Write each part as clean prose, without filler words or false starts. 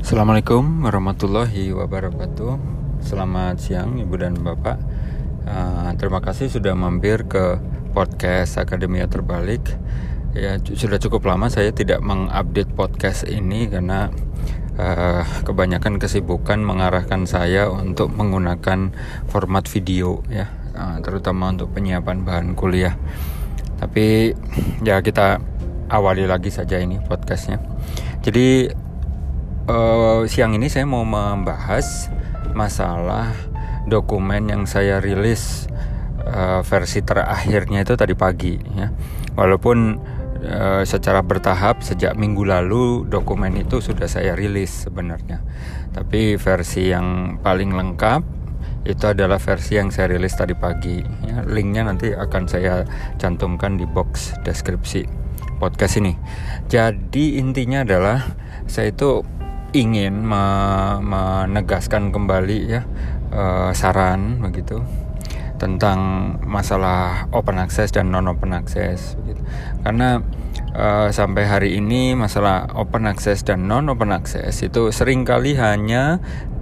Assalamualaikum warahmatullahi wabarakatuh. Selamat siang Ibu dan Bapak. Terima kasih sudah mampir ke podcast Akademia Terbalik. Ya, sudah cukup lama saya tidak mengupdate podcast ini karena kebanyakan kesibukan mengarahkan saya untuk menggunakan format video ya, terutama untuk penyiapan bahan kuliah. Tapi ya kita awali lagi saja ini podcastnya. Jadi siang ini saya mau membahas masalah dokumen yang saya rilis versi terakhirnya itu tadi pagi ya. Walaupun secara bertahap sejak minggu lalu dokumen itu sudah saya rilis sebenarnya. Tapi versi yang paling lengkap itu adalah versi yang saya rilis tadi pagi ya. Linknya nanti akan saya cantumkan di box deskripsi podcast ini. Jadi intinya adalah saya itu ingin menegaskan kembali ya saran begitu tentang masalah open access dan non open access begitu. Karena sampai hari ini masalah open access dan non open access itu seringkali hanya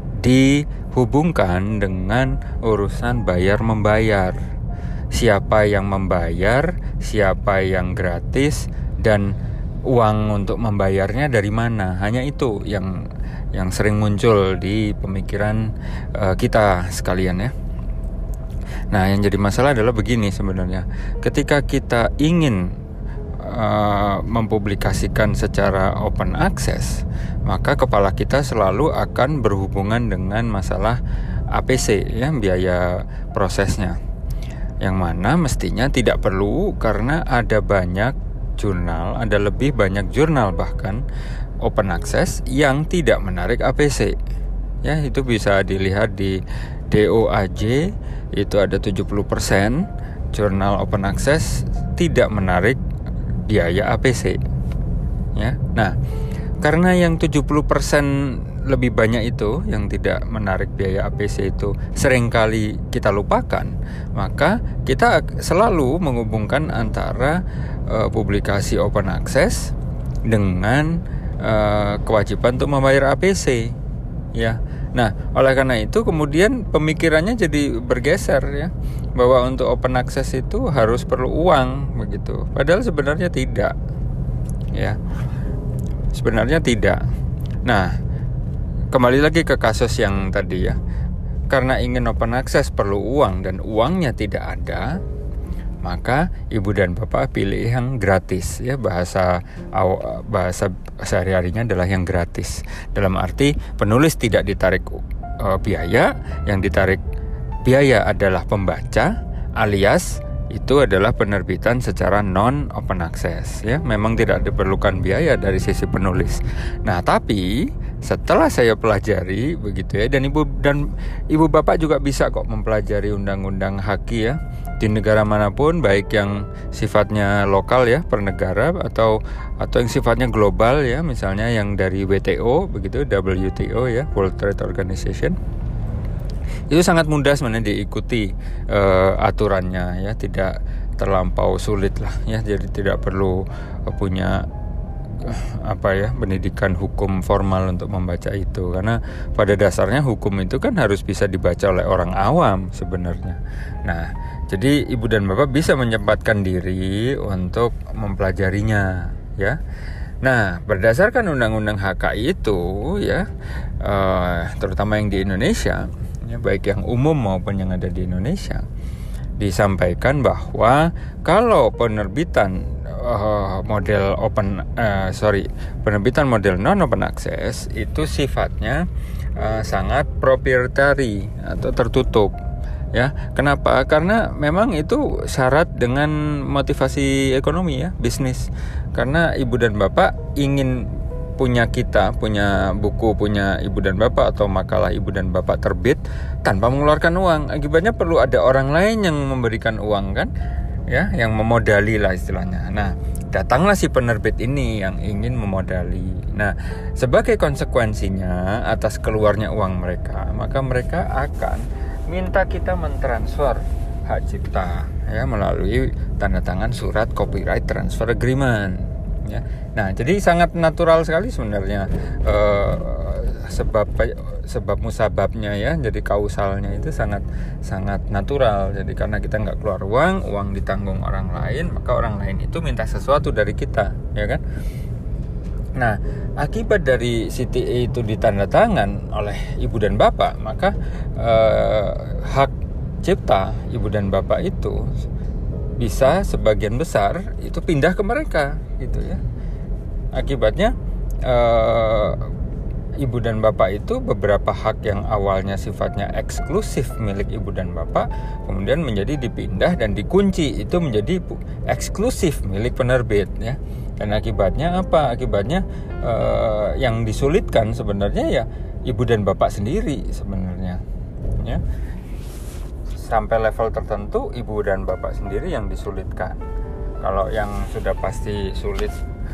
dihubungkan dengan urusan bayar membayar. Siapa yang membayar, siapa yang gratis, dan uang untuk membayarnya dari mana. Hanya itu yang sering muncul di pemikiran kita sekalian ya. Nah, yang jadi masalah adalah begini sebenarnya. Ketika kita ingin mempublikasikan secara open access, maka kepala kita selalu akan berhubungan dengan masalah APC ya, biaya prosesnya. Yang mana mestinya tidak perlu karena ada banyak jurnal, ada lebih banyak jurnal bahkan open access yang tidak menarik APC. Ya, itu bisa dilihat di DOAJ, itu ada 70% jurnal open access tidak menarik biaya APC. Ya. Nah, karena yang 70% lebih banyak itu yang tidak menarik biaya APC itu seringkali kita lupakan, maka kita selalu menghubungkan antara publikasi open access dengan kewajiban untuk membayar APC ya. Nah, oleh karena itu kemudian pemikirannya jadi bergeser ya, bahwa untuk open access itu harus perlu uang begitu. Padahal sebenarnya tidak. Ya. Sebenarnya tidak. Nah, kembali lagi ke kasus yang tadi ya. Karena ingin open access perlu uang dan uangnya tidak ada, maka ibu dan bapak pilih yang gratis ya. Bahasa sehari-harinya adalah yang gratis. Dalam arti penulis tidak ditarik biaya, yang ditarik biaya adalah pembaca, alias itu adalah penerbitan secara non open access ya. Memang tidak diperlukan biaya dari sisi penulis. Nah, tapi setelah saya pelajari begitu ya, dan ibu bapak juga bisa kok mempelajari undang-undang HAKI ya di negara manapun, baik yang sifatnya lokal ya per negara atau yang sifatnya global ya, misalnya yang dari WTO begitu, WTO ya, World Trade Organization. Itu sangat mudah sebenarnya diikuti aturannya ya, tidak terlampau sulit lah ya. Jadi tidak perlu punya pendidikan hukum formal untuk membaca itu, karena pada dasarnya hukum itu kan harus bisa dibaca oleh orang awam sebenarnya. Nah, jadi ibu dan bapak bisa menyempatkan diri untuk mempelajarinya ya. Nah, berdasarkan undang-undang HKI itu ya, terutama yang di Indonesia ya, baik yang umum maupun yang ada di Indonesia, disampaikan bahwa kalau penerbitan penerbitan model non open access itu sifatnya sangat proprietary atau tertutup ya. Kenapa? Karena memang itu syarat dengan motivasi ekonomi ya, bisnis. Karena ibu dan bapak ingin punya buku punya ibu dan bapak atau makalah ibu dan bapak terbit tanpa mengeluarkan uang. Akibatnya perlu ada orang lain yang memberikan uang kan ya, yang memodali lah istilahnya. Nah, datanglah si penerbit ini yang ingin memodali. Nah, sebagai konsekuensinya atas keluarnya uang mereka, maka mereka akan minta kita mentransfer hak cipta ya melalui tanda tangan surat copyright transfer agreement ya. Nah, jadi sangat natural sekali sebenarnya sebab musababnya ya, jadi kausalnya itu sangat natural. Jadi karena kita nggak keluar uang ditanggung orang lain, maka orang lain itu minta sesuatu dari kita, ya kan? Nah, akibat dari CTA itu ditandatangan oleh ibu dan bapak, maka hak cipta ibu dan bapak itu bisa sebagian besar itu pindah ke mereka, gitu ya. Akibatnya ibu dan bapak itu beberapa hak yang awalnya sifatnya eksklusif milik ibu dan bapak kemudian menjadi dipindah dan dikunci itu menjadi eksklusif milik penerbit, ya. Dan akibatnya apa? Akibatnya yang disulitkan sebenarnya ya ibu dan bapak sendiri sebenarnya, ya. Sampai level tertentu ibu dan bapak sendiri yang disulitkan. Kalau yang sudah pasti sulit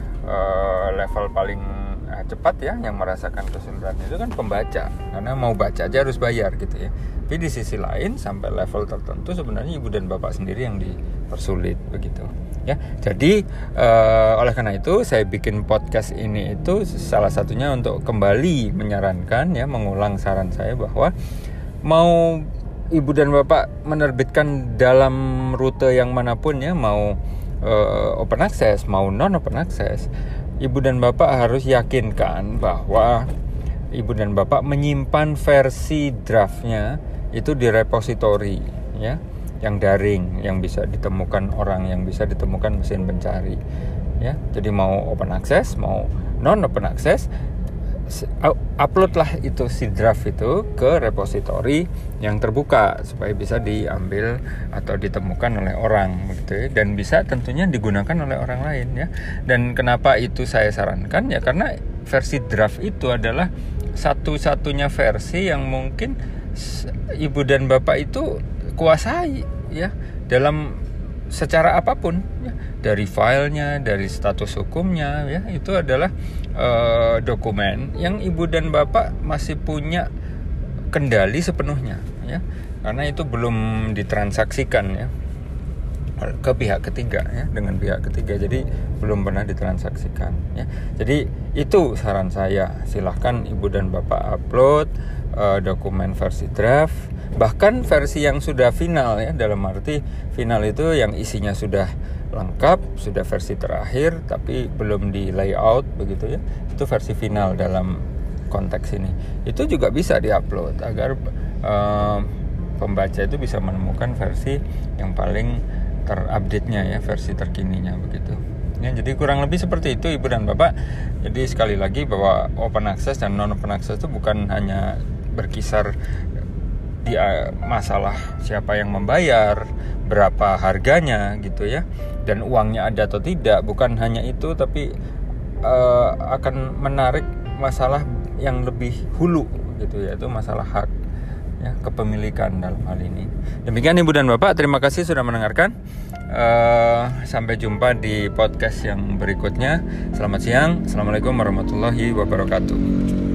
level paling cepat ya, yang merasakan kesulitan itu kan pembaca, karena mau baca aja harus bayar gitu ya. Tapi di sisi lain sampai level tertentu sebenarnya ibu dan bapak sendiri yang dipersulit begitu ya. Jadi oleh karena itu saya bikin podcast ini itu salah satunya untuk kembali menyarankan ya, mengulang saran saya bahwa mau ibu dan bapak menerbitkan dalam rute yang manapun ya, mau open access mau non open access, ibu dan bapak harus yakinkan bahwa ibu dan bapak menyimpan versi draftnya itu di repositori ya, yang daring, yang bisa ditemukan orang, yang bisa ditemukan mesin pencari ya. Jadi mau open access mau non open access, uploadlah itu si draft itu ke repositori yang terbuka supaya bisa diambil atau ditemukan oleh orang gitu ya, dan bisa tentunya digunakan oleh orang lain ya. Dan kenapa itu saya sarankan ya, karena versi draft itu adalah satu-satunya versi yang mungkin ibu dan bapak itu kuasai ya, dalam secara apapun ya, dari filenya, dari status hukumnya ya, itu adalah dokumen yang ibu dan bapak masih punya kendali sepenuhnya ya, karena itu belum ditransaksikan ya ke pihak ketiga ya, dengan pihak ketiga, jadi belum pernah ditransaksikan ya. Jadi itu saran saya, silahkan ibu dan bapak upload dokumen versi draft, bahkan versi yang sudah final ya, dalam arti final itu yang isinya sudah lengkap, sudah versi terakhir tapi belum di layout begitu ya, itu versi final dalam konteks ini. Itu juga bisa diupload agar pembaca itu bisa menemukan versi yang paling terupdate-nya ya, versi terkininya begitu ya. Jadi kurang lebih seperti itu ibu dan bapak. Jadi sekali lagi bahwa open access dan non open access itu bukan hanya berkisar di masalah siapa yang membayar, berapa harganya gitu ya, dan uangnya ada atau tidak. Bukan hanya itu, tapi akan menarik masalah yang lebih hulu gitu ya, itu masalah hak ya, kepemilikan dalam hal ini. Demikian ibu dan bapak, terima kasih sudah mendengarkan. Sampai jumpa di podcast yang berikutnya. Selamat siang. Assalamualaikum warahmatullahi wabarakatuh.